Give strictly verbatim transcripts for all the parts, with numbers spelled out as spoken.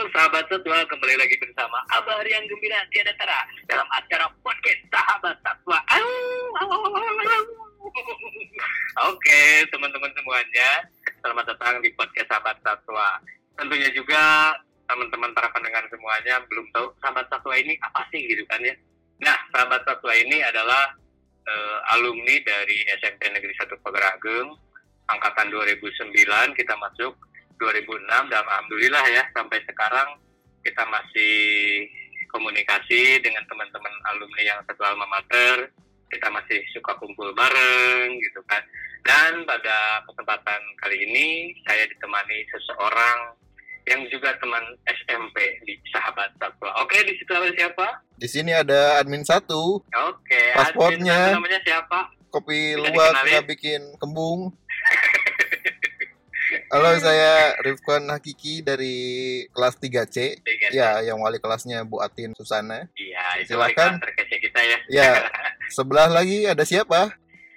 sahabat satwa, kembali lagi bersama Abah yang gembira tiada tara dalam acara podcast Sahabat Satwa. Oke, teman-teman semuanya, selamat datang di podcast Sahabat Satwa. Tentunya juga teman-teman para pendengar semuanya belum tahu Sahabat Satwa ini apa sih gitu kan ya. Nah, Sahabat Satwa ini adalah uh, alumni dari S M P Negeri satu Pagar Ageng, angkatan dua ribu sembilan, kita masuk dua ribu enam, dan alhamdulillah ya sampai sekarang kita masih komunikasi dengan teman-teman alumni yang satu alma mater. Kita masih suka kumpul bareng gitu kan. Dan pada kesempatan kali ini saya ditemani seseorang yang juga teman S M P di Sahabat Satwa. Oke, di situ ada siapa? Di sini ada admin satu. Oke, paspornya admin namanya siapa? Kopi Bisa luwak dikenalin? nggak bikin kembung. Halo, saya Rifkan Hakiki dari kelas tiga C. tiga C. Ya, yang wali kelasnya Bu Atin Susana. Iya, itu Silakan. terkece kita ya. Ya, sebelah lagi ada siapa?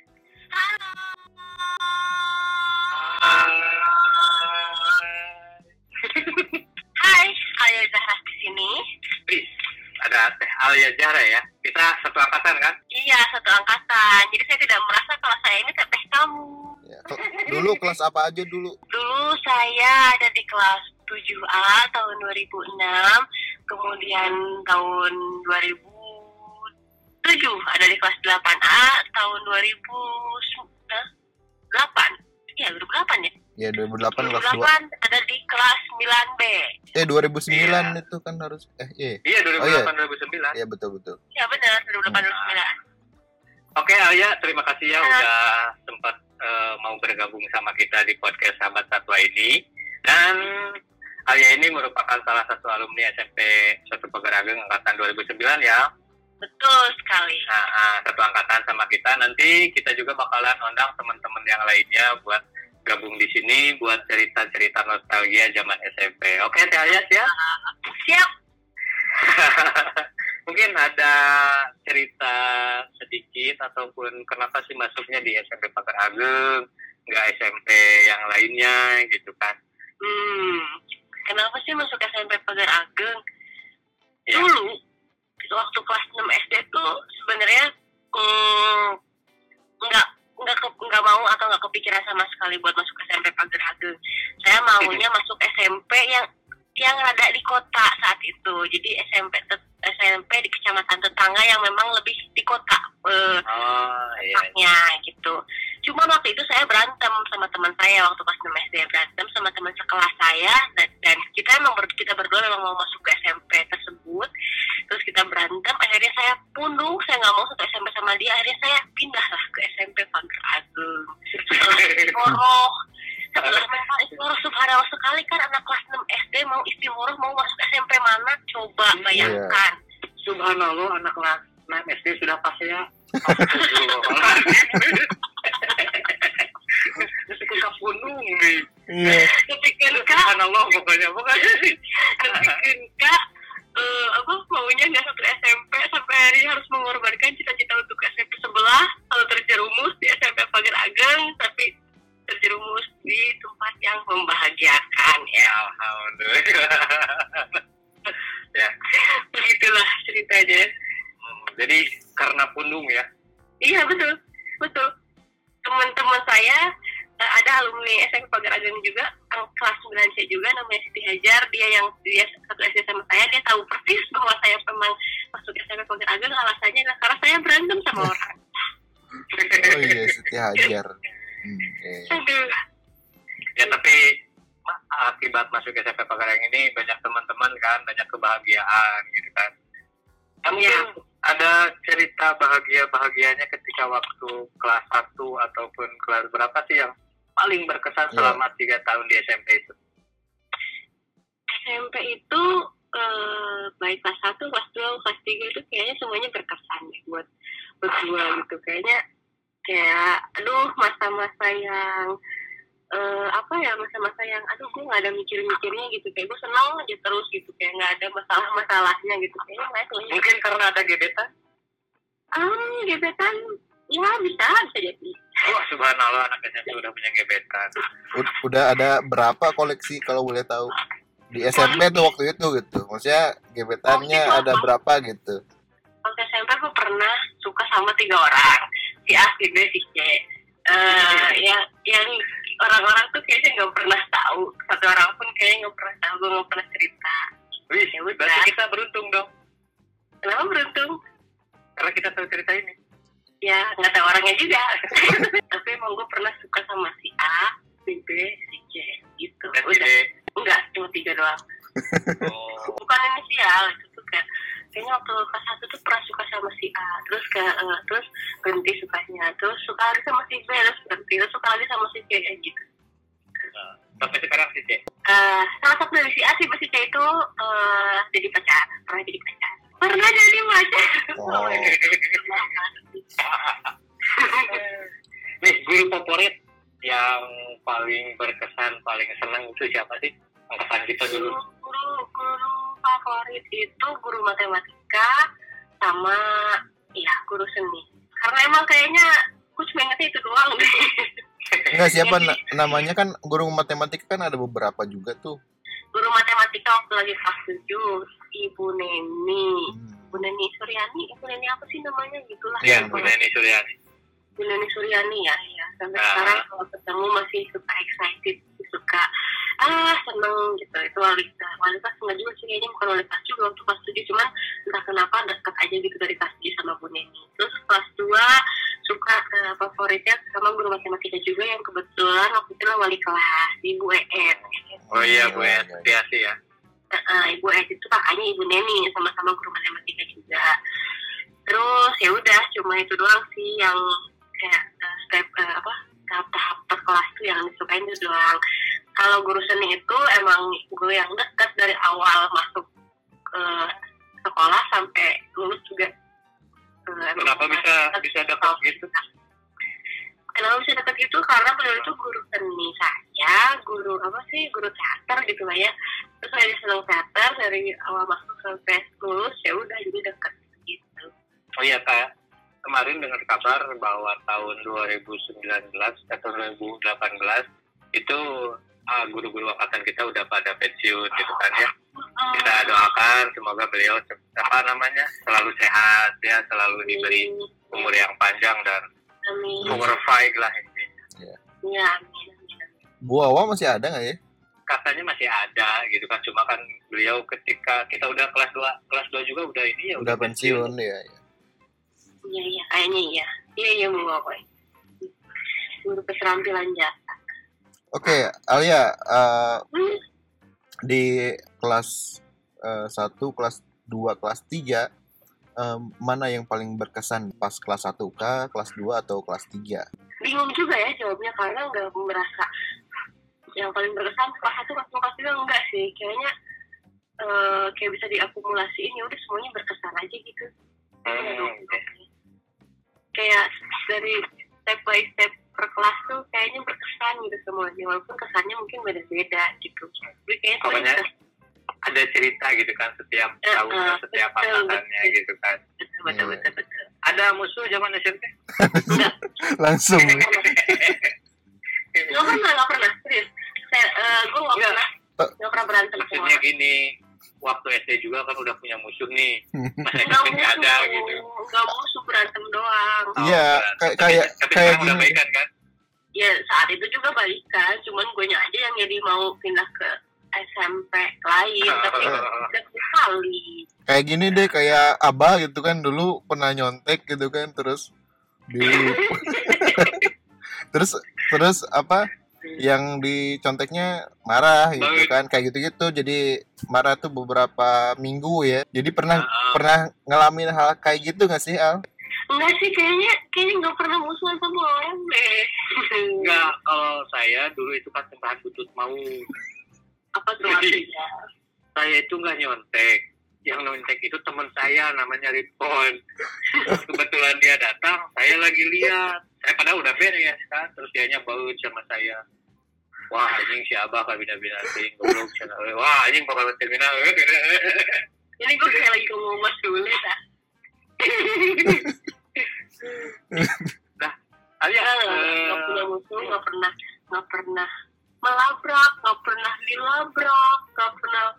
Hai, Alia Zahra di sini. Wih, ada Teh Alia Zahra ya. Kita satu angkatan kan? Iya, satu angkatan. Jadi saya tidak merasa kalau saya ini teteh kamu. Ya, ke- dulu kelas apa aja dulu? Dulu saya ada di kelas tujuh A tahun dua ribu enam, kemudian tahun dua ribu tujuh ada di kelas delapan A tahun dua ribu delapan. Iya, dua ribu delapan ya? Ya, dua ribu delapan kelas dua. dua ribu delapan ada di kelas sembilan B. Eh, dua ribu sembilan Iya. itu kan harus eh iya. Iya, dua ribu delapan dua ribu sembilan. Iya, betul betul. Ya benar, dua ribu delapan dua ribu sembilan. Oke, Alia, terima kasih ya Ya. udah sempat eh, mau bergabung sama kita di podcast Sahabat Satwa ini. Dan Alia ini merupakan salah satu alumni S M P satu Pagar Ageng angkatan dua ribu sembilan ya. Betul sekali. Nah, ah, satu angkatan sama kita. Nanti kita juga bakalan undang teman-teman yang lainnya buat gabung di sini buat cerita-cerita nostalgia zaman S M P. Oke, Teh Alia ya. Siap. Mungkin ada cerita sedikit ataupun kenapa sih masuknya di S M P Pagar Ageng, nggak S M P yang lainnya gitu kan? Hmm, kenapa sih masuk S M P Pagar Ageng? Ya. Dulu, waktu kelas enam S D tuh sebenarnya hmm, nggak nggak ke, nggak mau atau nggak kepikiran sama sekali buat masuk S M P Pagar Ageng. Saya maunya masuk S M P yang yang rada di kota saat itu. Jadi S M P tet- S M P di kecamatan tetangga yang memang lebih di kota. Eh, Oh iya. letaknya gitu. Cuma waktu itu saya berantem sama teman saya waktu kelas enam S D, berantem sama teman sekelas saya, dan, dan kita emang ber, kita berdua memang mau masuk ke S M P tersebut. Terus kita berantem, akhirnya saya pundung, saya nggak mau satu S M P sama dia, akhirnya saya pindah lah ke S M P Pagar Ageng. Setelah istihoroh, setelah memang istihoroh, subhanallah sekali kan anak kelas enam S D mau istihoroh mau masuk S M P mana, coba bayangkan. Subhanallah, anak kelas enam S D sudah pas ya. Ketika punung nih. Iya. Kepikir kak, Subhanallah pokoknya pokoknya. kepikir kak, eh, apa maunya nggak satu S M P sampai hari harus mengorbankan cita-cita untuk S M P sebelah, kalau terjerumus di S M P Pagar Ageng, tapi terjerumus di tempat yang membahagiakan ya. Alhamdulillah. Ya. Begitulah ceritanya. Hmm, jadi karena pundung ya. Iya betul, betul. Teman-teman saya eh, ada alumni S M P Pagar Ageng juga, ang- kelas sembilan C juga, namanya Siti Hajar. Dia yang dia satu S D sama saya, dia tahu persis bahwa saya memang masuk S M P Pagar Ageng. Alasannya adalah karena saya berantem sama orang. Oh iya, Siti Hajar. Hmm, iya. Aduh. Ya tapi ma- akibat masuk S M P Pagar Ageng ini banyak teman-teman kan, banyak kebahagiaan gitu kan. Nah, mungkin Ya. ada cerita bahagia-bahagianya ketika waktu kelas satu ataupun kelas berapa sih yang paling berkesan Ya. selama tiga tahun di S M P itu? S M P itu eh, baik kelas satu, kelas dua, kelas tiga itu kayaknya semuanya berkesan ya buat berdua gitu. Kayaknya kayak aduh masa-masa yang eh, apa ya masa-masa yang aduh gue nggak ada mikir-mikirnya gitu, kayak gue senang aja terus gitu, kayak nggak ada masalah-masalahnya gitu. Kayaknya nggak tahu ya. Mungkin karena ada gebetan? Ah, gebetan ya bisa bisa jadi. Wah, subhanallah, anak S M P udah punya gebetan. U- Udah ada berapa koleksi kalau boleh tahu? Di S M P tuh waktu itu gitu. Maksudnya gebetannya Waktu itu ada apa? berapa gitu. Waktu S M P aku pernah suka sama tiga orang, si A, si B, si C. Eh, yang yang orang-orang tuh kayaknya nggak pernah tahu, satu orang pun kayaknya nggak pernah tahu, gue nggak pernah cerita. Wih, Ya udah. berarti kita beruntung dong. Kenapa beruntung? Karena kita tahu cerita ini. Ya nggak tahu orangnya juga. Tapi emang gue pernah suka sama si A, si B, si C gitu. Dan Udah. ini, Enggak, cuma tiga doang. oh, Bukan inisial, itu tuh kayak kayaknya waktu kelas satu tuh pernah suka sama si A, terus ke eh, terus berhenti sukanya, terus suka lagi sama si B, terus berhenti, terus suka lagi sama si C kayak gitu. nah, sampai sekarang sih, Cek. Eh, salah satu dari si A si B si C itu eh, jadi pacar, pernah jadi pacar, pernah jadi pacar. Oh. Nih, guru favorit yang paling berkesan, paling senang itu siapa sih? Angkatan kita dulu. Guru guru favorit itu guru matematika sama ya guru seni. Karena emang kayaknya aku cuma ingetnya itu doang deh. Enggak, siapa na- namanya kan guru matematika kan ada beberapa juga tuh. Guru matematika waktu lagi kelas tujuh, Ibu Neni. Hmm. Bu Neni Suryani, Ibu Neni apa sih namanya gitulah. Iya, Bu Neni Suryani. Bu Neni Suryani ya, ya. Sampai Ah. sekarang kalau ketemu masih suka excited, suka ah seneng gitu. Itu wali kelas, wali kelas enggak juga sih kayaknya, bukan wali kelas juga waktu kelas tujuh, cuman entah kenapa dekat aja gitu dari kelas tujuh sama Bu Neni. Terus kelas dua suka uh, favoritnya sama guru matematika juga yang kebetulan waktu itu wali kelas, Ibu En. Oh iya, Bu Iya, En. iya. Biasa ya. Uh, Ibu En itu kakaknya Ibu Neni, sama-sama guru matematika juga. Terus ya udah cuma itu doang sih yang kayak uh, step uh, apa tahap-tahap per kelas tuh yang disukain itu doang. Kalau guru seni itu emang guru yang dekat dari awal masuk ke sekolah sampai lulus juga. Uh, emang Kenapa bisa bisa dekat gitu? Kenapa bisa dekat gitu? Karena beliau itu guru seni saya, guru apa sih, guru teater gitu lah ya. Terus saya senang teater dari awal masuk sampai lulus, ya udah jadi dekat gitu. Oh iya, Kak. Kemarin dengar kabar bahwa tahun dua ribu sembilan belas atau dua ribu delapan belas itu ah, guru-guru angkatan kita udah pada pensiun gitu kan ya. Kita doakan semoga beliau apa namanya selalu sehat ya, selalu diberi umur yang panjang dan Amin. umur baik lah intinya. Ya, amin. amin. Bu Awa masih ada nggak ya? Katanya masih ada gitu kan, cuma kan beliau ketika kita udah kelas dua kelas dua juga udah ini ya Udah pensiun ya. ya. Iya, iya, kayaknya iya. Iya, iya, Bu Boy. Guru keterampilan jasa. Oke, Alia, eh, Hmm. di kelas eh, satu, kelas dua, kelas tiga, eh, mana yang paling berkesan pas kelas satu kah, kelas dua atau kelas tiga? Bingung juga ya jawabnya, karena nggak merasa yang paling berkesan kelas satu, kelas dua, kelas tiga enggak sih. Kayaknya eh, kayak bisa diakumulasiin, ya udah semuanya berkesan aja gitu. Hmm, Kayak dari step by step per kelas tuh kayaknya berkesan gitu semuanya, walaupun kesannya mungkin beda-beda gitu. Tapi kayaknya Pokoknya semuanya ada cerita gitu kan setiap Eh, tahunnya, eh, setiap betul, angkatannya betul. gitu kan. betul, betul, betul, betul. Ada musuh zaman S M P? Enggak, Langsung. nggak pernah, nggak pernah, serius. Saya, eh, gue nggak Nggak. pernah, nggak pernah berantem sama Maksudnya orang. gini, waktu S D juga kan udah punya musuh nih. Pas S Nggak M P nggak ada gitu. musuh, nggak musuh, berantem doang. Oh, Iya, berat. kayak Tapi- kayak tapi kayak sekarang udah gini. baikan kan? Ya saat itu juga balikan, cuman gue nya aja yang jadi mau pindah ke S M P lain, tapi udah sekali. Kayak gini deh, kayak Abah gitu kan, dulu pernah nyontek gitu kan, terus di terus terus apa yang diconteknya marah gitu Baik. kan, kayak gitu-gitu. Jadi marah tuh beberapa minggu ya. Jadi pernah Ah, pernah ngalamin hal kayak gitu nggak sih, Al? Enggak sih, kayaknya kayaknya nggak pernah musuhan sama orang deh. Enggak, kalau saya dulu itu kan sembahan butut mau. Apa tuh artinya? Saya itu nggak nyontek. Yang nyontek itu teman saya namanya Ripon. Kebetulan dia datang, saya lagi lihat. Saya padahal udah beres kan, terus dianya baut sama saya. Wah, anjing si Abah kabina binating, goblok sana. Wah, anjing bakal terminal. Ini gue kayak lagi ngomong Mas Sule dah. Nah, Alia, Nggak eh, punya musuh, nggak pernah nggak pernah melabrak, nggak pernah dilabrak, nggak pernah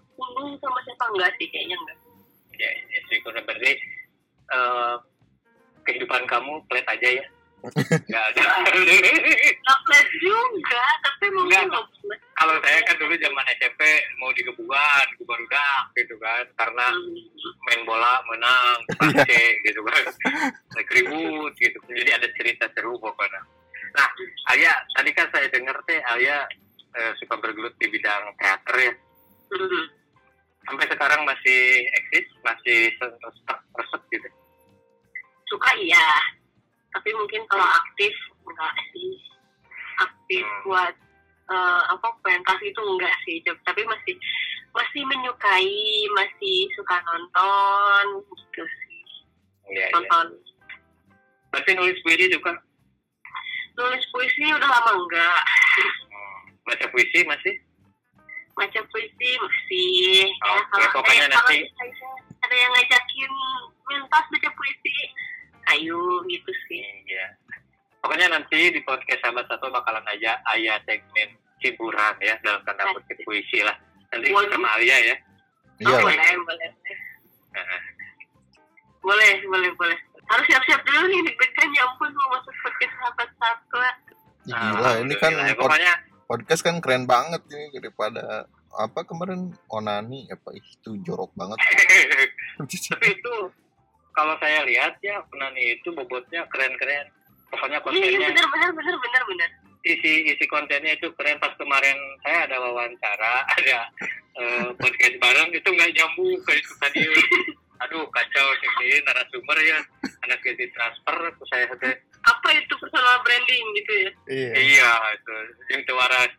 enggak sih, kayaknya enggak. Ya, ya syukur berarti uh, kehidupan kamu flat aja ya. Enggak ada. Enggak flat juga, tapi mungkin Enggak. Kalau saya kan dulu zaman S M P mau di Gebuan, Gebarudak gitu kan, karena main bola menang, basket gitu kan, naik ribut gitu. Jadi ada cerita seru pokoknya. Nah, Alia, tadi kan saya dengar teh Alia eh, suka bergelut di bidang teater ya. Hmm. Sampai sekarang masih eksis, masih resep gitu. Suka iya, tapi mungkin kalau aktif enggak sih. Aktif Hmm. buat uh, apa pentas itu enggak sih, tapi masih masih menyukai, masih suka nonton gitu sih. Iya, iya. Nonton. Berarti nulis puisi juga? Nulis puisi udah lama enggak. Hmm. Baca puisi masih? Baca puisi masih. Oh, ya, kalau ya, pokoknya ada, nanti- kalau misalnya ada yang ngajakin pentas baca puisi, ayo gitu sih. Iya. Pokoknya nanti di podcast Sahabat Satu bakalan aja ayah segmen hiburan ya dalam tanda kutip puisi lah. Nanti Waduh. sama Alia ya. Iya Oh, lah. boleh, boleh. Nah, Boleh, boleh, boleh. Harus siap-siap dulu nih, deg-degan ya ampun mau masuk podcast Sahabat Satu. Ya, gila, ini kan alhamdulillah. pod- Pokoknya podcast kan keren banget ini daripada apa kemarin Onani apa ih, itu jorok banget. tapi itu kalau saya lihat ya Onani itu bobotnya keren-keren. Pokoknya Iya, iya, kontennya bener, bener, bener, bener, bener. isi isi kontennya itu keren. Pas kemarin saya ada wawancara, ada eh, podcast bareng itu nggak nyambung ke itu tadi. Aduh kacau sih narasumber ya, anak jadi transfer terus saya teh Apa itu personal branding gitu ya? Iya. iya itu yang waras.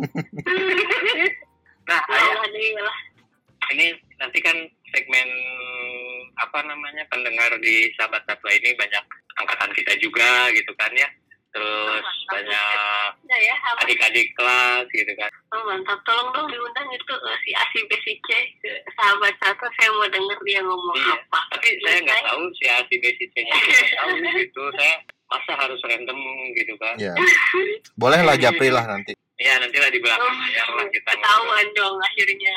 Nah, Ayah, Allah nih lah. ini nanti kan segmen apa namanya pendengar di Sahabat Satwa ini banyak angkatan kita juga gitu kan ya. Terus Mantap. banyak Ya ya, apa? adik-adik kelas gitu kan. Oh, mantap. Tolong dong diundang itu eh, si A si B si C ke Sahabat Satu. Saya mau denger dia ngomong Iya. apa. Tapi saya nggak tahu si A si B si C-nya nggak tahu gitu. Saya masa harus random gitu kan. Ya. Boleh lah Japri lah nanti. Iya nantilah di belakang Oh, layar lah kita ketahuan dong akhirnya.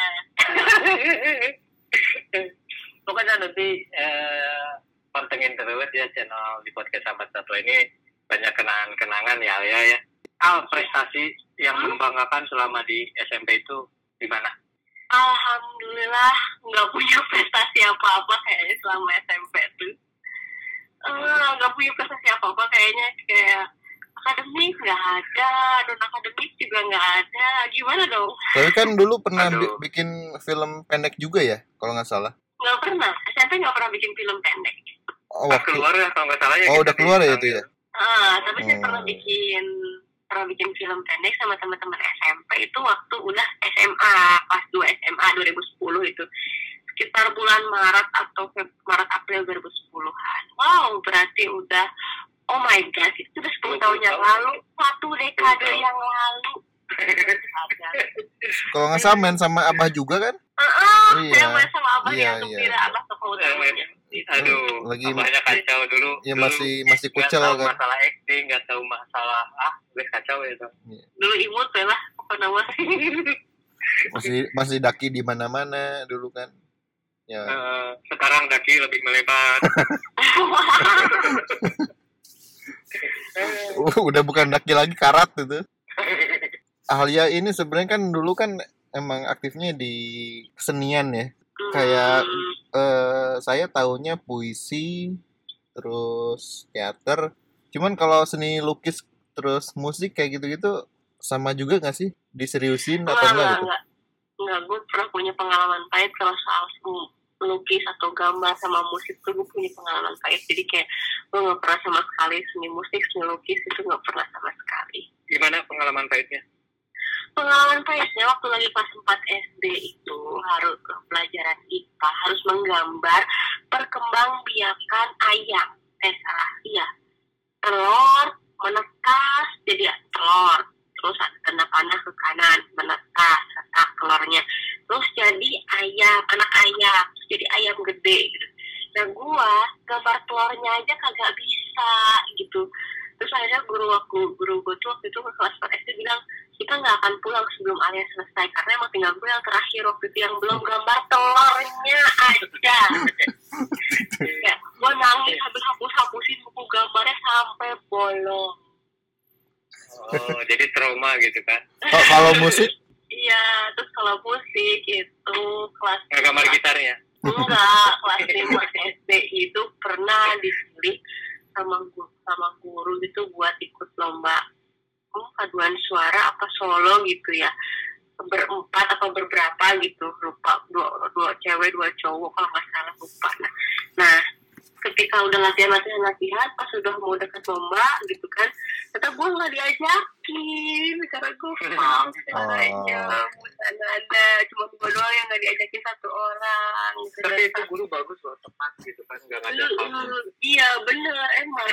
Pokoknya nanti eh, pantengin terus ya channel di podcast Sahabat Satwa ini banyak kenangan-kenangan ya ya ya. Al prestasi yang membanggakan selama di S M P itu di mana? Alhamdulillah nggak punya prestasi apa-apa kayaknya selama S M P tuh. Eh, nggak punya prestasi apa-apa kayaknya, kayak akademik nggak ada, non akademik juga nggak ada. Gimana dong? Tapi kan dulu pernah Aduh. bi- bikin film pendek juga ya kalau nggak salah. Nggak pernah. S M P nggak pernah bikin film pendek. Oh, Pas waktu keluar ya kalau nggak salah ya. Oh, kita udah keluar ya dipanggil. itu ya? Ah, tapi saya Hmm. pernah bikin pernah bikin film pendek sama teman-teman S M P itu waktu udah S M A, kelas dua S M A dua ribu sepuluh itu. Sekitar bulan Maret atau Feb- Maret April dua ribu sepuluhan. Wow, berarti udah oh my god, itu udah sepuluh tahun yang lalu, satu dekade yang lalu. Ada. Kalau nggak salah main sama Abah juga kan? Heeh, Iya. saya main sama abah Iya, yang iya. gembira anak tokoh utamanya. Aduh, Lagi- banyak kacau dulu. Ya Dulu masih masih nggak kucel tahu kan. masalah acting, nggak tahu masalah ah, gue kacau ya itu. Dulu imut ya lah, apa namanya? Masih masih daki di mana-mana dulu kan. Ya. Eh, sekarang daki lebih melebar. Uh, udah bukan daki lagi karat itu. Ahlia ini sebenarnya kan dulu kan emang aktifnya di kesenian ya. Kayak Hmm, eh saya taunya puisi, terus teater. Cuman kalau seni lukis terus musik kayak gitu-gitu sama juga nggak sih? Diseriusin atau enggak, enggak enggak, gitu? enggak. Enggak, gue pernah punya pengalaman pahit kalau soal seni melukis atau gambar sama musik tuh gue punya pengalaman pahit. Jadi kayak gue nggak pernah sama sekali seni musik, seni lukis itu nggak pernah sama sekali. Gimana pengalaman pahitnya? Pengalaman pahitnya waktu lagi kelas empat S D itu harus pelajaran I P A harus menggambar perkembangbiakan ayam. Eh salah, iya. Telur menetas jadi telur. Terus ada tanda panah ke kanan, menetas, setak telurnya. Terus jadi ayam, anak ayam, terus jadi ayam gede gitu. Nah gua gambar telurnya aja kagak bisa gitu. Terus akhirnya guru aku, guru gue tuh waktu itu ke kelas empat S D bilang, si kita nggak akan pulang sebelum Alia selesai karena emang tinggal gue yang terakhir waktu itu yang belum gambar telurnya aja. Ya, gue nangis sambil hapus-hapusin buku gambarnya sampai bolong. Oh, jadi trauma gitu kan? Oh, kalau musik? Iya, terus kalau musik itu kelas Nggak gambar gitarnya? enggak, kelas lima S D itu pernah dipilih sama guru, sama guru gitu buat ikut lomba hmm, paduan suara apa solo gitu ya, berempat atau berberapa gitu, lupa, dua, dua cewek dua cowok kalau nggak salah, lupa. Nah, nah ketika udah latihan latihan latihan pas udah mau dekat lomba gitu kan, ternyata gue nggak diajakin karena gue paham suaranya ada cuma gue doang yang nggak diajakin satu orang gitu. Tapi itu guru bagus loh, tepat gitu kan, nggak ngajak kamu. Iya bener emang.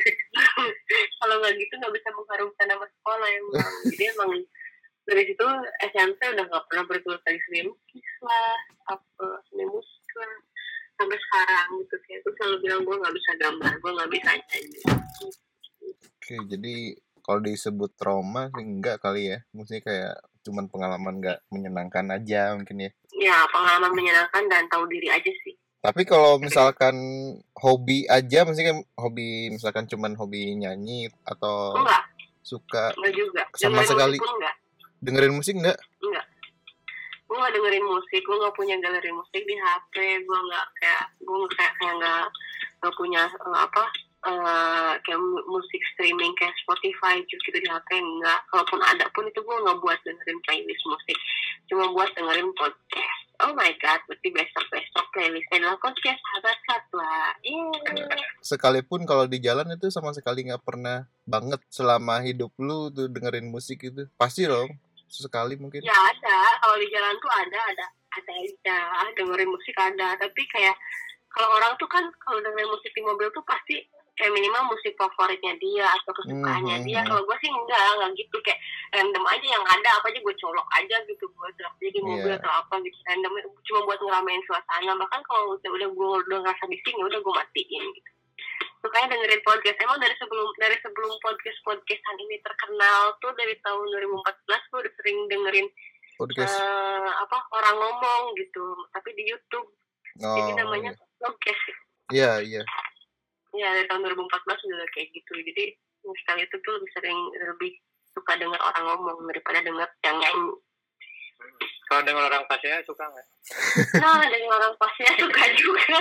Kalau nggak gitu nggak bisa mengharumkan nama sekolah emang. Jadi emang dari situ S M P udah nggak pernah bergelut lagi seni lukis lah, apa seni musik lah, sampai sekarang gitu sih. Aku selalu bilang gue nggak bisa gambar, gue nggak bisa nyanyi. Oke, jadi kalau disebut trauma sih enggak kali ya, maksudnya kayak cuman pengalaman nggak menyenangkan aja mungkin ya. Ya pengalaman menyenangkan dan tahu diri aja sih. Tapi kalau misalkan hobi aja, maksudnya hobi misalkan cuman hobi nyanyi atau enggak suka enggak juga sama dengerin sekali musik pun enggak. Dengerin musik enggak? Enggak, gue nggak dengerin musik, gue nggak punya galeri musik di H P, gue nggak kayak gue kayak kayak nggak nggak punya uh, apa uh, kayak musik streaming kayak Spotify gitu di H P, enggak. Kalaupun ada pun itu gue nggak buat dengerin playlist musik, cuma buat dengerin podcast. Oh my god, berarti besok-besok playlistnya adalah podcast sahabat satwa. Yeah. Sekalipun kalau di jalan itu sama sekali nggak pernah banget selama hidup lu tuh dengerin musik itu, pasti dong sesekali mungkin. Ya ada, kalau di jalan tuh ada, ada, ada aja dengerin musik ada. Tapi kayak kalau orang tuh kan kalau dengerin musik di mobil tuh pasti kayak minimal musik favoritnya dia atau kesukaannya hmm, dia. hmm. Kalau gue sih enggak, enggak gitu, kayak random aja yang ada apa aja gue colok aja gitu, gue drop aja di mobil Yeah. atau apa gitu, random cuma buat ngeramein suasana. Bahkan kalau udah udah gue udah ngerasa bising ya udah gue matiin gitu. Sukanya dengerin podcast. Emang dari sebelum dari sebelum podcast podcastan ini terkenal tuh dari tahun dua ribu empat belas gue udah sering dengerin Podcast. uh, apa orang ngomong gitu, tapi di YouTube. Oh, Jadi namanya podcast. iya iya. Ya dari tahun dua ribu empat belas udah kayak gitu. Jadi sekali itu tuh lebih sering lebih suka dengar orang ngomong daripada dengar yang nyanyi. Kalau dengar orang pasnya suka nggak? Nah dengar orang pasnya suka juga.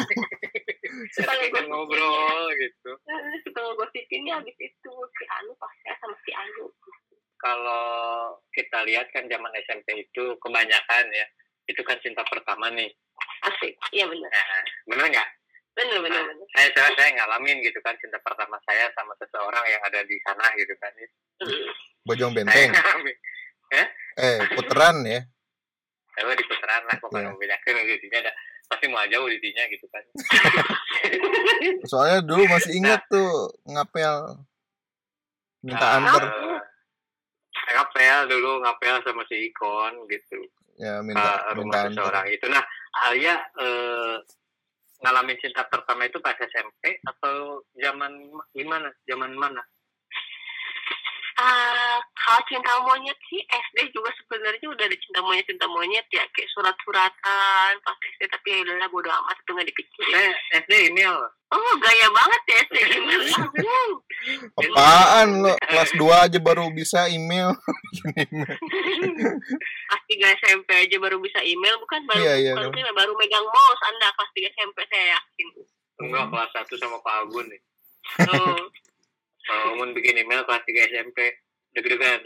Suka Kita ngobrol gitu. Suka ngegosipinnya habis itu si Anu pasnya sama si Anu. Kalau kita lihat kan zaman S M P itu kebanyakan ya, itu kan cinta pertama nih. Asik, iya benar. Nah, bener nggak? Benar benar Nah, benar. saya, saya saya ngalamin gitu kan cinta pertama saya sama seseorang yang ada di sana gitu kan. Hmm. Bojong Saya Benteng. ngalamin. Eh, puteran ya. Saya di putaran lah, kok Iya. kalau bedakan didinya ada pasti mau jauh didinya gitu kan. Soalnya dulu masih ingat tuh ngapel minta Nah, anter. eh, ngapel dulu ngapel sama si Ikon gitu. Ya Ke minta minta rumah anter. seseorang itu. Nah, Alia eh, ngalamin cinta pertama itu pas S M P atau zaman gimana? Zaman mana? Ah, kalau cinta monyet sih S D juga sebenarnya udah ada cinta monyet cinta monyet ya, kayak surat-suratan pas S D, tapi ya udahlah bodo amat itu nggak dipikirin. Saya S D email. Oh gaya banget ya S D email. Apaan lo? Kelas dua aja baru bisa email. Kelas tiga S M P aja baru bisa email, bukan baru Iya, iya, bukan dong. email, baru megang mouse Anda kelas tiga S M P saya yakin. Enggak, kelas satu sama Pak Agun nih. Oh. Kalau mau bikin email kelas tiga S M P, deg-degan.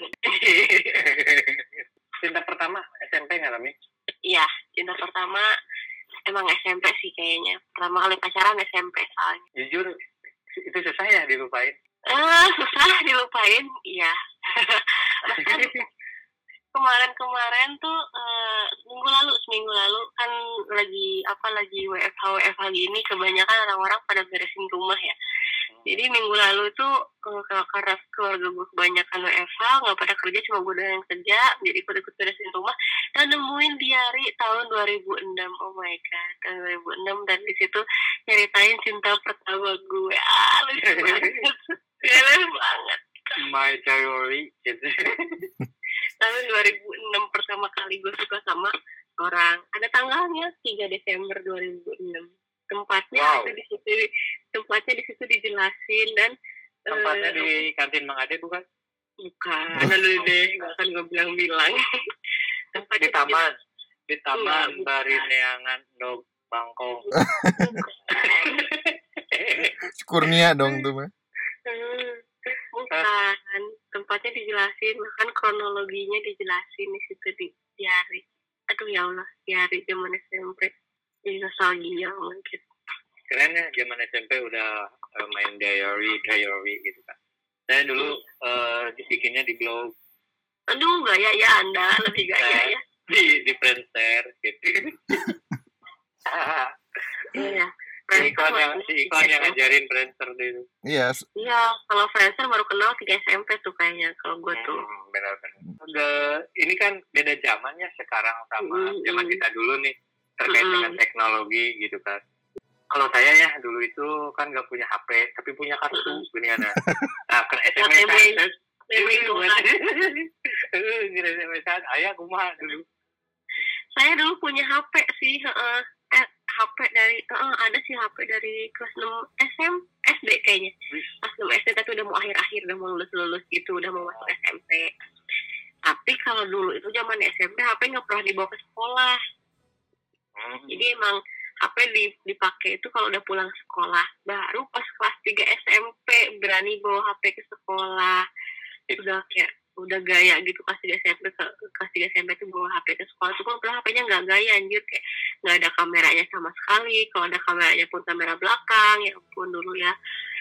Cinta pertama S M P ngalamin? Iya, cinta pertama emang S M P sih kayaknya. Pertama kali pacaran S M P soalnya. Jujur, itu susah ya dilupain. Ah, susah dilupain, iya. Bahkan kemarin-kemarin tuh uh, seminggu lalu, seminggu lalu kan lagi apa lagi W F H W F H gini, kebanyakan orang-orang pada beresin rumah ya. Jadi minggu lalu tuh uh, karena keluarga gue kebanyakan W F H, nggak pada kerja, cuma gue doang yang kerja, jadi gue ikut beresin rumah dan nemuin diari tahun dua ribu enam. Oh my god, tahun dua ribu enam, dan di situ nyeritain cinta pertama gue. Ah, lucu banget. Keren banget. My diary gitu. Tahun dua ribu enam pertama kali gue suka sama orang. Ada tanggalnya tiga Desember dua ribu enam. Tempatnya Wow. ada di situ, tempatnya di situ dijelasin dan Tempatnya eh, di kantin Mang Ade bukan? bukan, lalu deh, nggak akan gue bilang-bilang. Di taman, di taman Enggak, bukan. Barineangan Dog Bangkong. Kurnia dong tuh mah. Hmm, bukan, tempatnya dijelasin, bahkan kronologinya dijelasin di situ di diari. Aduh ya Allah, diari zaman S M P. Jadi nostalgia mungkin. Keren ya, zaman S M P udah uh, main diary, diary gitu kan. Saya dulu uh, bikinnya di blog, Aduh, gaya ya Anda, lebih gaya ya. di di Friendster gitu. Iya. si iklan yang si iklan yang ngajarin Friendster itu. Iya, s- Iya, kalau Friendster baru kenal tiga S M P tuh kayaknya kalau gue tuh. Hmm, benar-benar. Udah- Ini kan beda zamannya sekarang sama Hmm. zaman kita dulu nih terkait Hmm. dengan teknologi gitu kan. Kalau saya ya dulu itu kan nggak punya H P tapi punya kartu gini ada. Nah, ke S M S Memang- Memang itu kan. Eh, gini S M S ayah kumaha dulu. Saya dulu punya H P sih, heeh. Eh, H P dari heeh, ada sih H P dari kelas enam S M S D kayaknya. Kelas enam S D tapi udah mau akhir-akhir, udah mau lulus-lulus gitu, udah mau masuk S M P. Tapi kalau dulu itu zaman S M P H P nggak pernah dibawa ke sekolah. Hmm. Jadi emang H P di- dipakai itu kalau udah pulang sekolah. Baru pas kelas tiga S M P berani bawa H P ke sekolah. Udah kayak udah gaya gitu kelas tiga S M P ke kelas tiga S M P itu bawa H P ke sekolah. Itu kalau H P-nya nggak gaya anjir, kayak nggak ada kameranya sama sekali. Kalau ada kameranya pun kamera belakang, ya ampun dulu ya.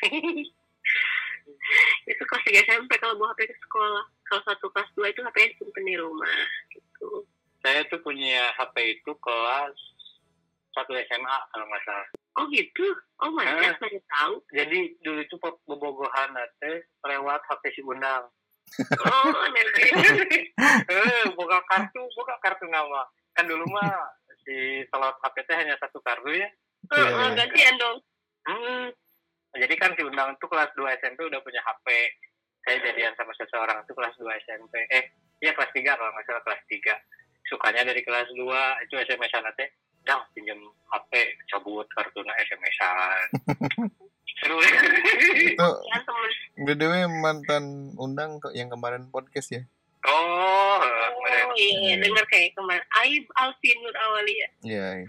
Itu kelas tiga S M P kalau bawa H P ke sekolah. Kalau satu kelas dua itu H P-nya simpen di rumah gitu. Saya tuh punya H P itu kelas satu S M A kalau nggak salah. Oh gitu? Oh my Ah. god, saya tahu. Jadi dulu itu bobogohan teh lewat H P si Undang. Oh, nanti. Eh, buka kartu, buka kartu nama. Kan dulu mah si slot H P teh hanya satu kartu ya. Oh, oh, gantian dong. Hmm. Jadi kan si Undang itu kelas dua S M P udah punya H P. Saya jadian sama seseorang itu kelas dua S M P. Eh, iya kelas tiga kalau nggak salah kelas tiga. Sukanya dari kelas dua itu S M S-an teh. Dang, pinjam H P, cabut kartunya S M S-an. Seru. itu Kan temen. B D W mantan Undang kok yang kemarin podcast ya. Oh, kemarin. Oh iya, Iya. dengar kayak kemarin. Aib Alvin Nur Awalia. Iya, iya.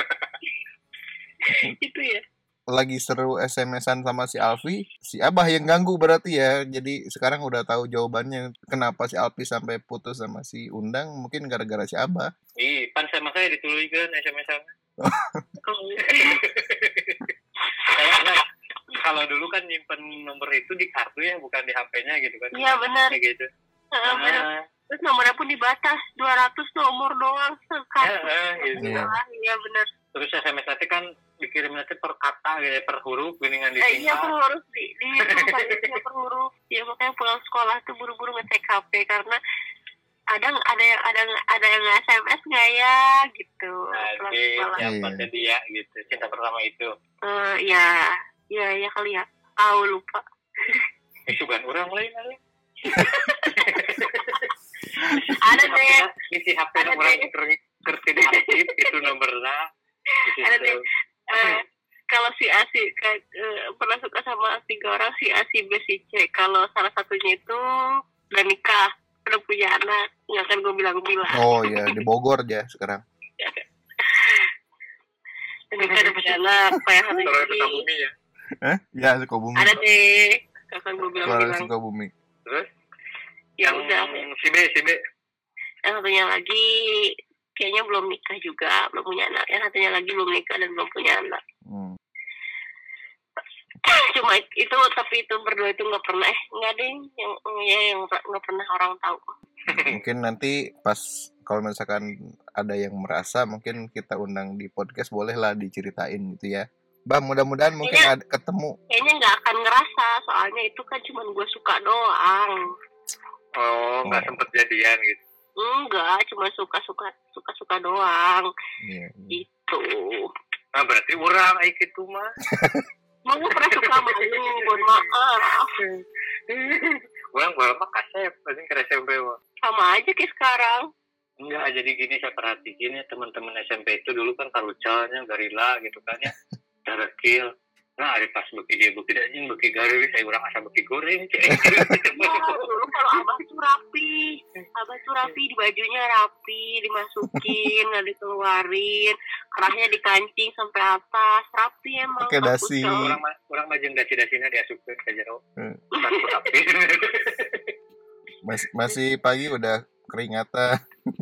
Itu ya. Lagi seru S M S-an sama si Alfi, si Abah yang ganggu berarti ya. Jadi sekarang udah tahu jawabannya kenapa si Alfi sampai putus sama si Undang, mungkin gara-gara si Abah. Ih, pan sama saya dituliskan S M S-an. Oh, Saya kan kalau dulu kan nyimpen nomor itu di kartu ya, bukan di H P-nya gitu kan. iya benar. Kayak gitu. Heeh, benar. Nah, Terus nomornya pun dibatas dua ratus nomor doang eh, sekali. eh, gitu. Iya. Ah, iya benar. Terus S M S nanti kan dikirim nanti per kata gitu, per huruf gini kan Eh, iya per disingkat. huruf di di iya per huruf. Ya makanya pulang sekolah tuh buru-buru ngecek H P karena ada ada yang ada ada yang S M S nggak ya gitu. Pulang Nanti sekolah. siapa dia gitu, cinta pertama itu. Eh, ya, ya, ya kali ya. Tahu lupa. Itu kan orang lain kali. Ada deh. Isi H P Ada nomor deh. kertin aktif itu nomornya. Di Ada situ. deh. Eh, kalau si A si kayak, eh, pernah suka sama tiga orang si A si B si C. Kalau salah satunya itu udah nikah, udah punya anak, nggak akan gue bilang-bilang. Oh iya, di Bogor aja sekarang. Udah nikah udah punya anak, kayak hari Kalau ini. kita bumi ya. Eh? Ya, Sukabumi. Ada deh, nggak akan gue Suara bilang-bilang. Sukabumi. Terus Ya yang udah. si B, si B. Yang satunya lagi kayaknya belum nikah juga, belum punya anak. Yang satunya lagi belum nikah dan belum punya anak. Hmm. Cuma itu, tapi itu berdua itu nggak pernah eh nggak deh yang ya yang nggak pernah orang tahu. Mungkin nanti pas kalau misalkan ada yang merasa, mungkin kita undang di podcast, bolehlah diceritain gitu ya. Bah, mudah-mudahan mungkin Kayaknya- ada ketemu. Kayaknya nggak akan ngerasa, soalnya itu kan cuma gue suka doang. Oh, nggak Oh. sempet jadian gitu. Enggak, cuma suka-suka suka-suka doang Iya. gitu. Nah, berarti orang kayak gitu mah. Mau gue pernah suka sama lu, mohon maaf. Orang baru mah kasep, anjing ke S M P mah. Sama aja kayak sekarang. Enggak, jadi gini saya perhatiin ya teman-teman S M P itu dulu kan karucelnya garila gitu kan ya. Darekil. Nah, ada pas beki dia beki anjing beki garila saya urang asa beki goreng cek. Oh, dulu kalau abah tuh rapi, abah tuh rapi, di bajunya rapi, dimasukin, nggak dikeluarin, kerahnya dikancing sampai atas, rapi emang. Pakai dasi. Orang mah orang mah jeung dasi-dasina diasupkeun ka jero. Hmm. Rapi. Masih masih pagi udah keringatan.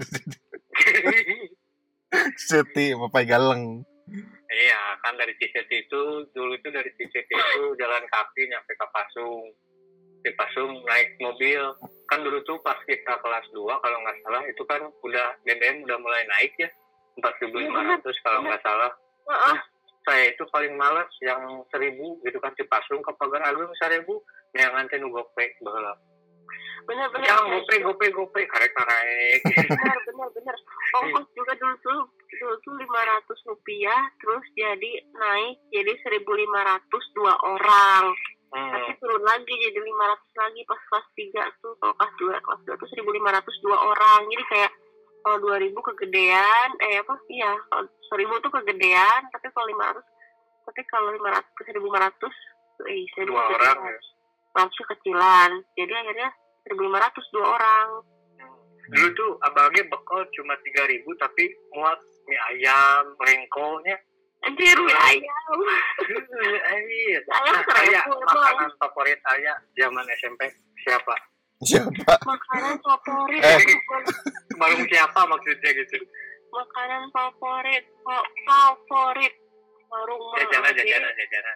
Cuti papai galeng. Iya, kan dari Ciseti itu, dulu itu dari Ciseti itu jalan kaki nyampe ke Pasung. Di Pasung naik mobil. Kan dulu tuh pas kita kelas dua, kalau nggak salah, itu kan udah B B M udah mulai naik ya. empat ribu lima ratus kalau nggak salah. Uh-uh. Nah, saya itu paling males yang seribu gitu kan di Pasung ke Pagar Agung seribu. Neangan teh nu gope baheula. Bener-bener. Yang gope gope gope karek karek. Bener bener bener. Ongkos juga dulu tuh dulu tuh lima ratus rupiah, terus jadi naik jadi seribu lima ratus dua orang. Hmm. Tapi turun lagi jadi lima ratus lagi pas kelas tiga tuh. Kalau kelas dua kelas dua tuh seribu lima ratus dua orang. Jadi kayak kalau dua ribu kegedean, eh apa iya, kalau seribu tuh kegedean, tapi kalau lima ratus tapi kalau lima ratus ke seribu lima ratus eh seribu Dua orang ya. langsung kecilan. Jadi akhirnya seribu lima ratus dua orang. Dulu tuh abangnya bekal cuma tiga ribu tapi muat mie ayam, lengkonya. Anjir, mie ayam. Ayah, Ayam nah, seribu, ayah, emang. makanan favorit ayah zaman S M P siapa? Siapa? Makanan favorit. Eh. Warung siapa maksudnya gitu? Makanan favorit, fa- favorit. Warung Jajanan, Mak. jajanan, jajanan.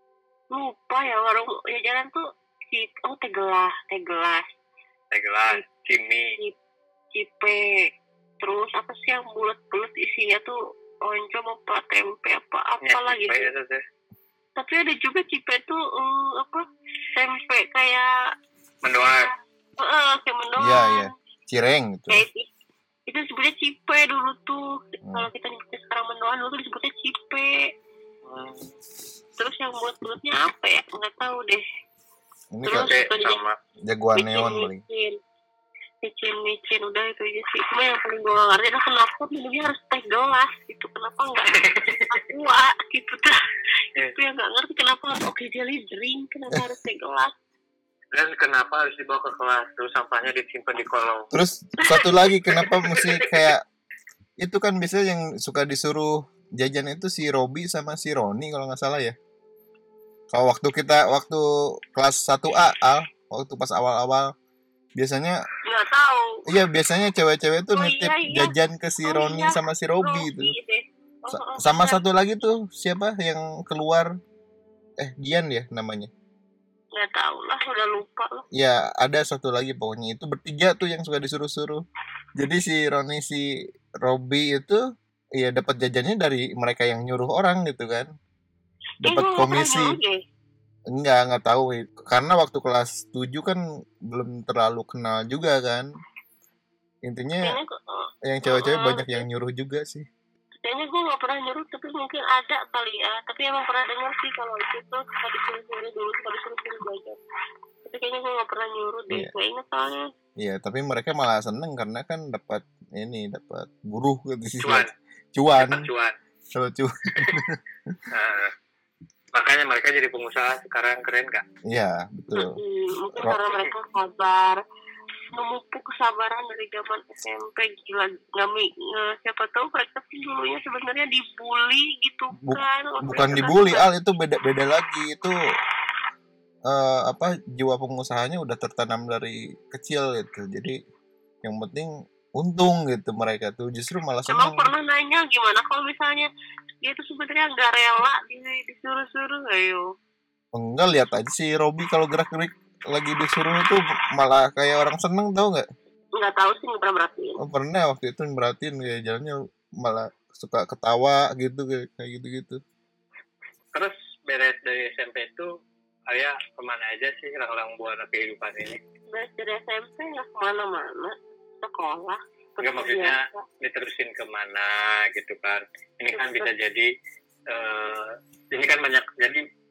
Lupa ya warung jajanan tuh si oh teh gelas, teh gelas, Teh gelas, cimi. cipe. Terus apa sih yang bulat-bulat isinya tuh oncom apa tempe apa apa Ya, lagi. cipe itu teh. Tapi ada juga cipe tuh uh, apa tempe kayak Mendoan. eh kayak mendoan. Iya, iya. Cireng gitu. Kayak itu, itu disebutnya cipe dulu tuh. Hmm. Kalau kita nyebutnya sekarang mendoan, dulu tuh disebutnya cipe. Hmm. Terus yang buat bulutnya apa ya? Nggak tahu deh. Ini Terus kan Oke, sama. jagoan neon paling. Micin, micin, micin, udah itu aja sih. Cuma yang paling gue nggak ngerti adalah kenapa minumnya harus teh gelas gitu. Kenapa nggak aqua gitu tuh. Itu yang nggak ngerti kenapa harus oke jelly drink, kenapa harus teh gelas. Dan kenapa harus dibawa ke kelas? Terus sampahnya disimpan di kolong. Terus satu lagi kenapa mesti kayak itu kan biasanya yang suka disuruh jajan itu si Robi sama si Roni kalau nggak salah ya. Kalau waktu kita waktu kelas satu A, Al, waktu pas awal-awal biasanya Nggak tahu. iya biasanya cewek-cewek tuh Oh, nitip iya, iya. jajan ke si Oh, Roni iya. sama si Robi itu. deh. Oh, Sa- oh, sama bener. satu lagi tuh siapa yang keluar eh Gian ya namanya. Nggak tahu lah, udah lupa lah. Ya ada satu lagi pokoknya itu bertiga tuh yang suka disuruh-suruh. Jadi si Roni si Robi itu ya dapat jajannya dari mereka yang nyuruh orang gitu kan. Dapat Eh, gua nggak pernah komisi. nyuruh deh. Enggak, enggak tahu. Karena waktu kelas tujuh kan belum terlalu kenal juga kan. Intinya Kayaknya gua- oh, yang cewek-cewek oh, banyak yang nyuruh juga sih. kayaknya gue nggak pernah nyuruh, tapi mungkin ada kali ya. Tapi emang pernah dengar sih kalau itu tuh suka disuruh-suruh dulu, suka disuruh-suruh belajar. Tapi kayaknya gue nggak pernah nyuruh deh. Iya. Gue inget soalnya. Iya, tapi mereka malah seneng karena kan dapat ini, dapat buruh gitu sih. Cuan. Cuan. Dapat cuan. Kalau cuan. Nah, makanya mereka jadi pengusaha sekarang keren gak? Iya, betul. Hmm, mungkin Ro- karena mereka sabar, memupuk kesabaran dari zaman S M P. Gila, nggak mi, nge- siapa tahu mereka sih dulunya sebenarnya dibully gitu Bu- kan. Bukan dibully, Al, itu beda-beda lagi. Itu eh, apa jiwa pengusahanya udah tertanam dari kecil gitu. Jadi yang penting untung gitu mereka tuh justru malah Emang seneng. pernah nanya gimana kalau misalnya dia tuh sebenarnya nggak rela di- disuruh-suruh, ayo. Enggak, lihat aja si Robi kalau gerak-gerik lagi disuruh tuh malah kayak orang seneng, tau nggak? Nggak tahu sih, nggak pernah merhatiin. Oh, pernah waktu itu merhatiin kayak jalannya malah suka ketawa gitu kayak kayak gitu-gitu. Terus beres dari S M P itu ayah kemana aja sih lang-lang buana kehidupan ini? Beres dari S M P nggak kemana-mana, sekolah. Enggak, seperti maksudnya biasa. diterusin kemana gitu kan? Ini kan bisa jadi eh, ini kan banyak jadi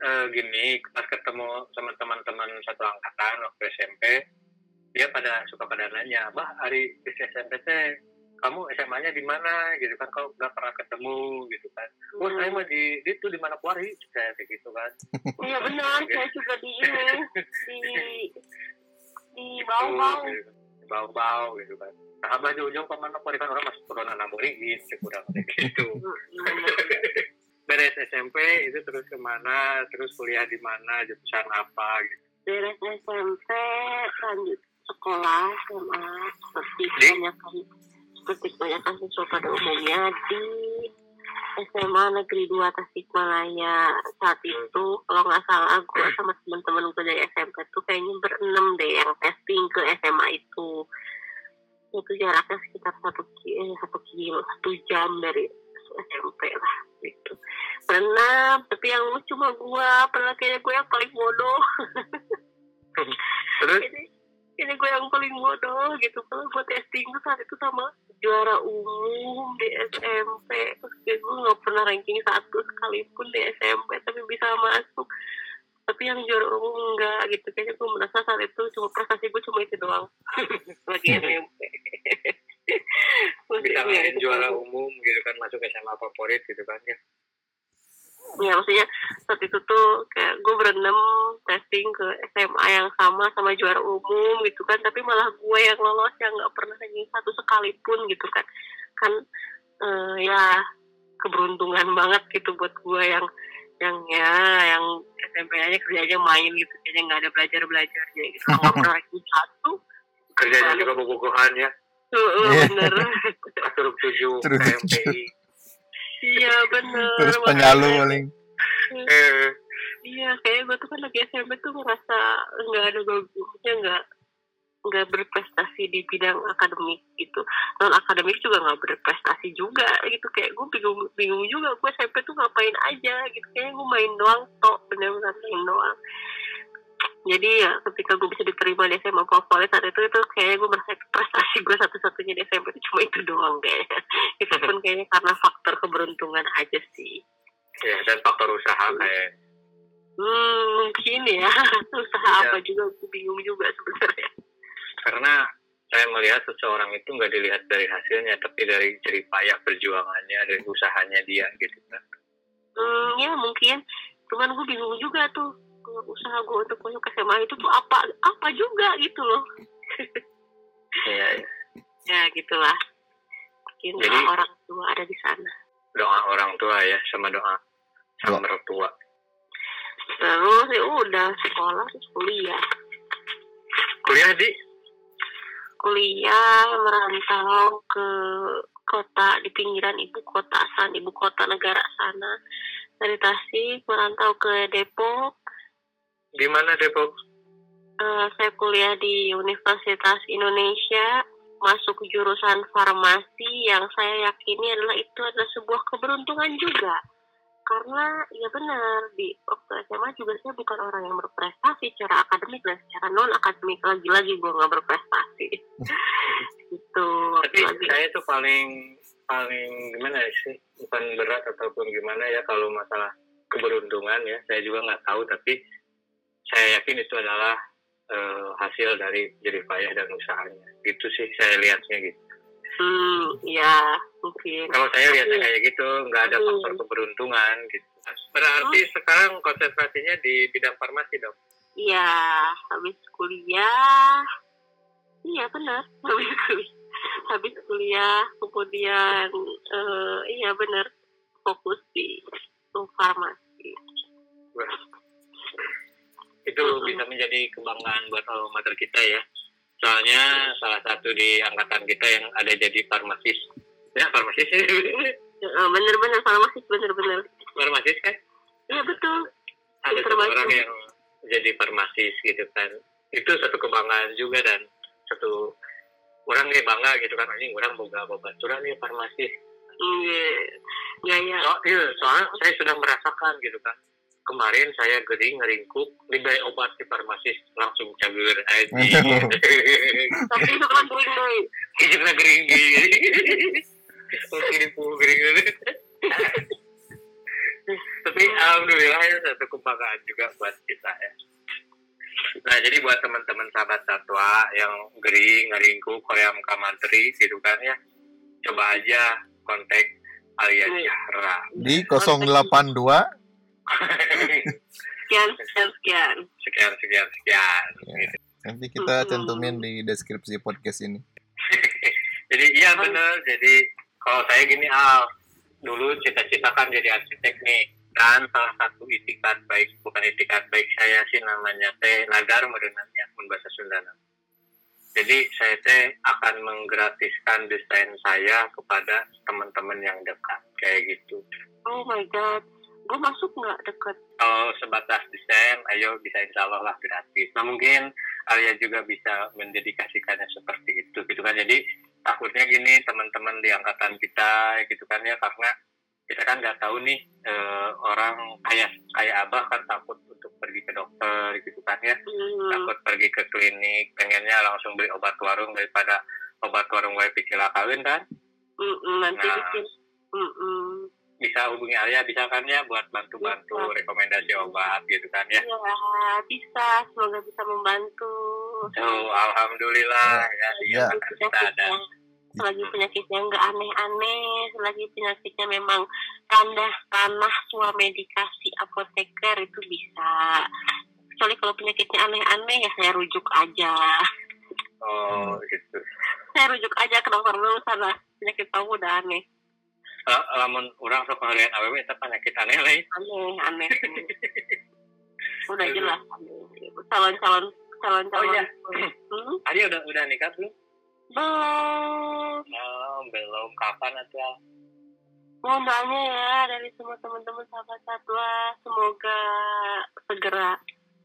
eh, gini, pas ketemu sama teman-teman satu angkatan waktu S M P, dia pada suka pada nanya, bah hari di S M P teh kamu S M A-nya di mana gitu kan, kau nggak pernah ketemu gitu kan. Oh saya mah di itu di mana Kuari kayak gitu kan. Iya benar, saya juga di ini di di bau-bau. Gitu, di bau-bau gitu kan. Nah, abah jauh-jauh ke mana Kuari kan orang masuk corona enam ringgit kurang gitu. Beres S M P itu terus kemana, terus kuliah di mana, jurusan apa gitu. Beres S M P lanjut sekolah S M A seperti kebanyakan seperti kebanyakan siswa pada umumnya di S M A Negeri dua Tasikmalaya. Saat itu kalau nggak salah gue sama teman-teman gue dari S M P tuh kayaknya berenam deh yang testing ke S M A itu. Itu jaraknya sekitar satu kilo, satu kilo, satu jam dari S M P lah gitu. Berenam, tapi yang lucu cuma gue, pernah kayaknya gue yang paling bodoh. Terus? Ini, ini gue yang paling bodoh gitu. Kalau gue testing tuh saat itu sama juara umum di S M P. Terus gue gak pernah ranking satu sekalipun di S M P, tapi bisa masuk. Tapi yang juara umum enggak gitu. Kayaknya gue merasa saat itu cuma prestasi gue cuma itu doang. Lagi S M P. Bisa main juara umum gitu kan, masuk S M A favorit gitu kan ya. Ya maksudnya saat itu tuh kayak gue berenam testing ke S M A yang sama sama juara umum gitu kan, tapi malah gue yang lolos yang nggak pernah ranking satu sekalipun gitu kan. Kan uh, ya keberuntungan banget gitu buat gue yang yang ya yang S M P aja kerjanya main gitu, kayaknya nggak ada belajar belajarnya gitu, nggak pernah ranking satu. Kerjanya juga bobogohan ya. Tuh bener. Atur tujuh K M P I. Iya bener. Terus penyalu paling. Eh. Iya, kayak gue tuh kan lagi S M P tuh ngerasa nggak ada bagusnya, nggak nggak berprestasi di bidang akademik gitu. Non akademik juga nggak berprestasi juga gitu. Kayak gue bingung bingung juga gue S M P tuh ngapain aja gitu. Kayak gue main doang, tok bener-bener main doang. Jadi ya ketika gue bisa diterima di S M A favorit saat itu itu kayaknya gue merasa prestasi gue satu-satunya di S M P itu cuma itu doang kayaknya. Itu pun kayaknya karena faktor keberuntungan aja sih. Ya dan faktor usaha kayak. Hmm mungkin ya usaha ya. Apa juga gue bingung juga sebenarnya. Karena saya melihat seseorang itu nggak dilihat dari hasilnya, tapi dari jerih payah perjuangannya, dari usahanya dia gitu kan. Hmm ya mungkin. Cuman gue bingung juga tuh. Usaha gue untuk masuk ke S M A itu tuh apa apa juga gitu loh. Iya. Ya gitulah. Mungkin jadi, orang tua ada di sana. Doa orang tua ya, sama doa sama mertua. Terus ya udah sekolah terus kuliah. Kuliah di? Kuliah merantau ke kota di pinggiran ibu kota sana, ibu kota negara sana. Dari Tasik merantau ke Depok. Di mana Depok? Uh, saya kuliah di Universitas Indonesia, masuk jurusan farmasi yang saya yakini adalah itu adalah sebuah keberuntungan juga. Karena ya benar, di waktu S M A juga saya bukan orang yang berprestasi secara akademik dan secara non akademik, lagi-lagi gue nggak berprestasi. Gitu. Tapi lagi. Saya tuh paling paling gimana sih, bukan berat ataupun gimana ya kalau masalah keberuntungan ya, saya juga nggak tahu, tapi saya yakin itu adalah uh, hasil dari jerih payah dan usahanya. Gitu sih saya lihatnya gitu. Hmm, ya mungkin. Kalau saya lihatnya kayak gitu, nggak ada faktor hmm. keberuntungan gitu. Berarti hmm. sekarang konsentrasinya di bidang farmasi dong? Iya, habis kuliah. Iya benar, habis kuliah. Habis kuliah kemudian uh, iya benar fokus di farmasi. Itu bisa menjadi kebanggaan buat alma mater kita ya. Soalnya salah satu di angkatan kita yang ada jadi farmasis. Ya, farmasis. Oh, bener-bener farmasis, bener-bener. Farmasis kan? Iya, betul. Ada satu orang yang jadi farmasis gitu kan. Itu satu kebanggaan juga dan satu orang nih bangga gitu kan. Ini orang boga boga curang nih farmasis. Iya. Ya, ya. So, iya, soalnya saya sudah merasakan gitu kan. Kemarin saya gering ngeringkuk dibeli obat di farmasis langsung cager aja. Tapi itu kan gering deh. Itu kan gering gini. Mungkin itu gering. Tapi uh, Alhamdulillah ya satu kebanggaan juga buat kita ya. Nah jadi buat teman-teman sahabat satwa yang gering, ngeringku, korea kamantri gitu kan ya, coba aja kontak Alia Zahra di nol delapan dua Sekian, sekian, sekian. sekian sekian sekian. Ya. Gitu. Nanti kita cantumin di deskripsi podcast ini. Jadi iya bener. Jadi kalau saya gini Al, dulu cita-cita kan jadi arsitek nih. Dan salah satu itikat baik, bukan itikat baik saya sih namanya teh nagar merenangnya pun bahasa Sunda. Jadi saya teh akan menggratiskan desain saya kepada teman-teman yang dekat kayak gitu. Oh my god, gue masuk nggak deket? Kalau sebatas desain, ayo bisa insya Allah lah gratis. Nah mungkin Alia juga bisa mendedikasikannya seperti itu gitu kan. Jadi takutnya gini teman-teman di angkatan kita gitu kan ya, karena kita kan nggak tahu nih eh, orang kayak kayak abah kan takut untuk pergi ke dokter gitu kan ya, hmm. takut pergi ke klinik, pengennya langsung beli obat warung daripada obat warung wae pikila kawin kan. Mm-mm, nanti nah, bikin. Mm-mm. Bisa hubungi Alia bisa kan ya buat bantu-bantu bisa. Rekomendasi obat gitu kan ya. Ya bisa, semoga bisa membantu. Oh alhamdulillah ya, ya, ya kita ada. Selagi penyakitnya nggak aneh-aneh, selagi penyakitnya memang tanah-tanah tua medikasi apoteker itu bisa. Kecuali kalau penyakitnya aneh-aneh ya saya rujuk aja. Oh gitu. Saya rujuk aja ke dokter dulu sana. Penyakit kamu udah aneh. Uh, lamun orang sok ngeliat awewe itu penyakit aneh lah. Aneh, aneh. Udah jelas. Calon-calon, calon-calon. Oh iya. Hmm? Adi udah udah nikah belum? Belum. Oh, belum. Kapan atuh? Mau nanya ya dari semua teman-teman sahabat satwa, semoga segera.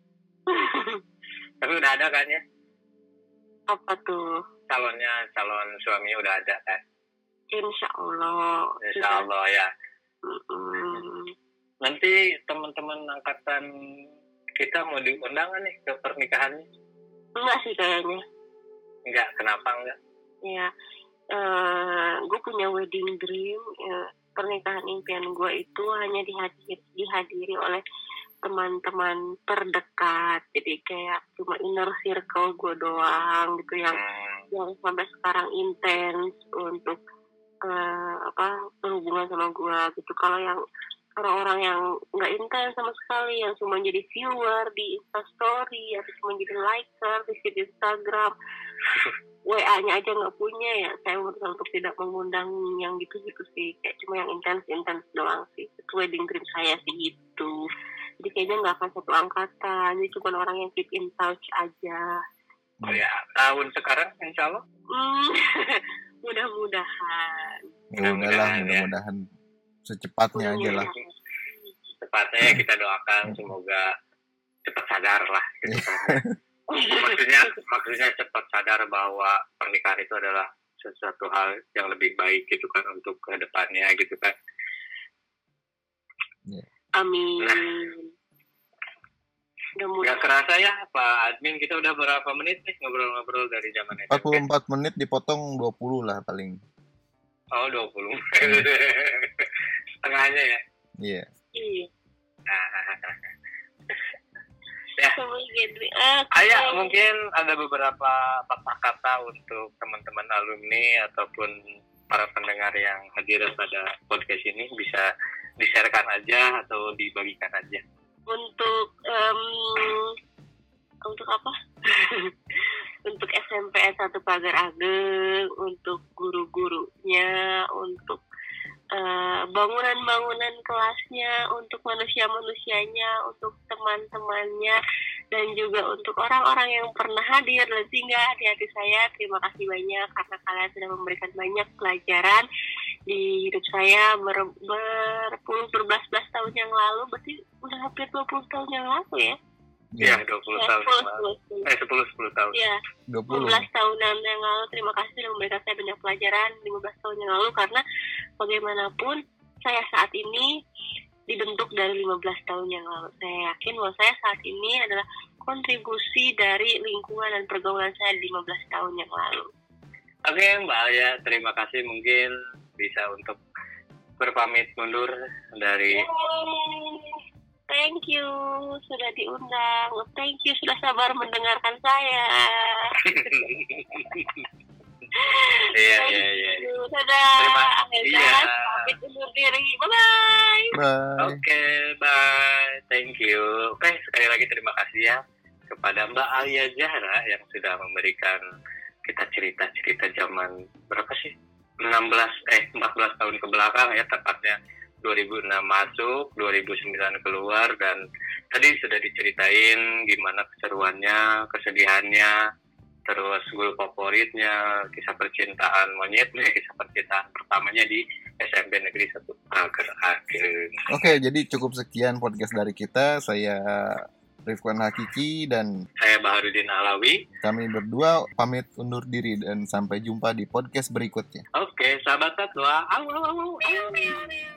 Tapi udah ada kan ya? Apa tuh? Calonnya, calon suami udah ada kan? Insya Allah. Insya Allah ya. Mm-mm. Nanti teman-teman angkatan kita mau diundang nih ke pernikahannya? Enggak sih kayaknya. Enggak, kenapa enggak? Ya, uh, gue punya wedding dream. Ya, pernikahan impian gue itu hanya dihadiri, dihadiri oleh teman-teman terdekat. Jadi kayak cuma inner circle gue doang gitu yang hmm. yang sampai sekarang intens untuk uh, apa berhubungan sama gue gitu. Kalau yang orang-orang yang nggak intens sama sekali, yang cuma jadi viewer di Instastory atau cuma jadi liker di feed Instagram, W A-nya aja nggak punya, ya saya berusaha untuk tidak mengundang yang gitu-gitu sih, kayak cuma yang intens-intens doang sih. Itu wedding dream saya sih gitu. Jadi kayaknya nggak akan satu angkatan, jadi cuma orang yang keep in touch aja. Oh ya, tahun sekarang insya Allah? Hmm, mudah-mudahan. Mudah-mudahan, mudah-mudahan. Secepatnya aja lah. Cepatnya kita doakan semoga cepat sadar lah. Gitu. maksudnya maksudnya cepat sadar bahwa pernikahan itu adalah sesuatu hal yang lebih baik gitu kan untuk kedepannya gitu kan. Amin. Nah, nggak kerasa ya Pak Admin, kita udah berapa menit nih ngobrol-ngobrol dari zaman S M P? empat puluh empat menit dipotong dua puluh lah paling. Oh dua puluh. Setengahnya ya? Iya. Iya. Ya. Ayah mungkin ada beberapa patah kata untuk teman-teman alumni ataupun para pendengar yang hadir pada podcast ini, bisa di-sharekan aja atau dibagikan aja. Untuk um, untuk apa? Untuk S M P S satu Pagar Ageng, untuk guru-gurunya, untuk uh, bangunan-bangunan kelasnya, untuk manusia-manusianya, untuk teman-temannya, dan juga untuk orang-orang yang pernah hadir dan singgah di hati saya. Terima kasih banyak karena kalian sudah memberikan banyak pelajaran di hidup saya ber, berpuluh berbelas-belas tahun yang lalu. Berarti udah hampir dua puluh tahun yang lalu ya? Iya, dua puluh tahun yang lalu. Eh, sepuluh, sepuluh tahun. Iya, dua belas tahunan yang lalu. Terima kasih sudah memberikan saya banyak pelajaran lima belas tahun yang lalu, karena bagaimanapun saya saat ini dibentuk dari lima belas tahun yang lalu. Saya yakin bahwa saya saat ini adalah kontribusi dari lingkungan dan pergaulan saya lima belas tahun yang lalu. Oke, Mbak Alia, terima kasih. Mungkin bisa untuk berpamit mundur dari thank you sudah diundang. Thank you sudah sabar mendengarkan saya. Iya, iya, iya. Dadah. Terima Akhirnya iya. pamit undur diri. Bye-bye. Bye. Oke, bye. Thank you. Oke, sekali lagi terima kasih ya kepada Mbak Alia Zahra yang sudah memberikan kita cerita-cerita zaman berapa sih? enam belas eh empat belas tahun ke belakang ya, tepatnya dua ribu enam masuk, dua ribu sembilan keluar, dan tadi sudah diceritain gimana keseruannya, kesedihannya, terus guru favoritnya, kisah percintaan monyetnya, kisah percintaan pertamanya di S M P Negeri satu Pager Ageng. Oke, jadi cukup sekian podcast dari kita. Saya Rifwan Hakiki dan Saya Baharudin Alawi. kami berdua pamit undur diri dan sampai jumpa di podcast berikutnya. Oke, sahabat satwa. Au, au, au, au, au.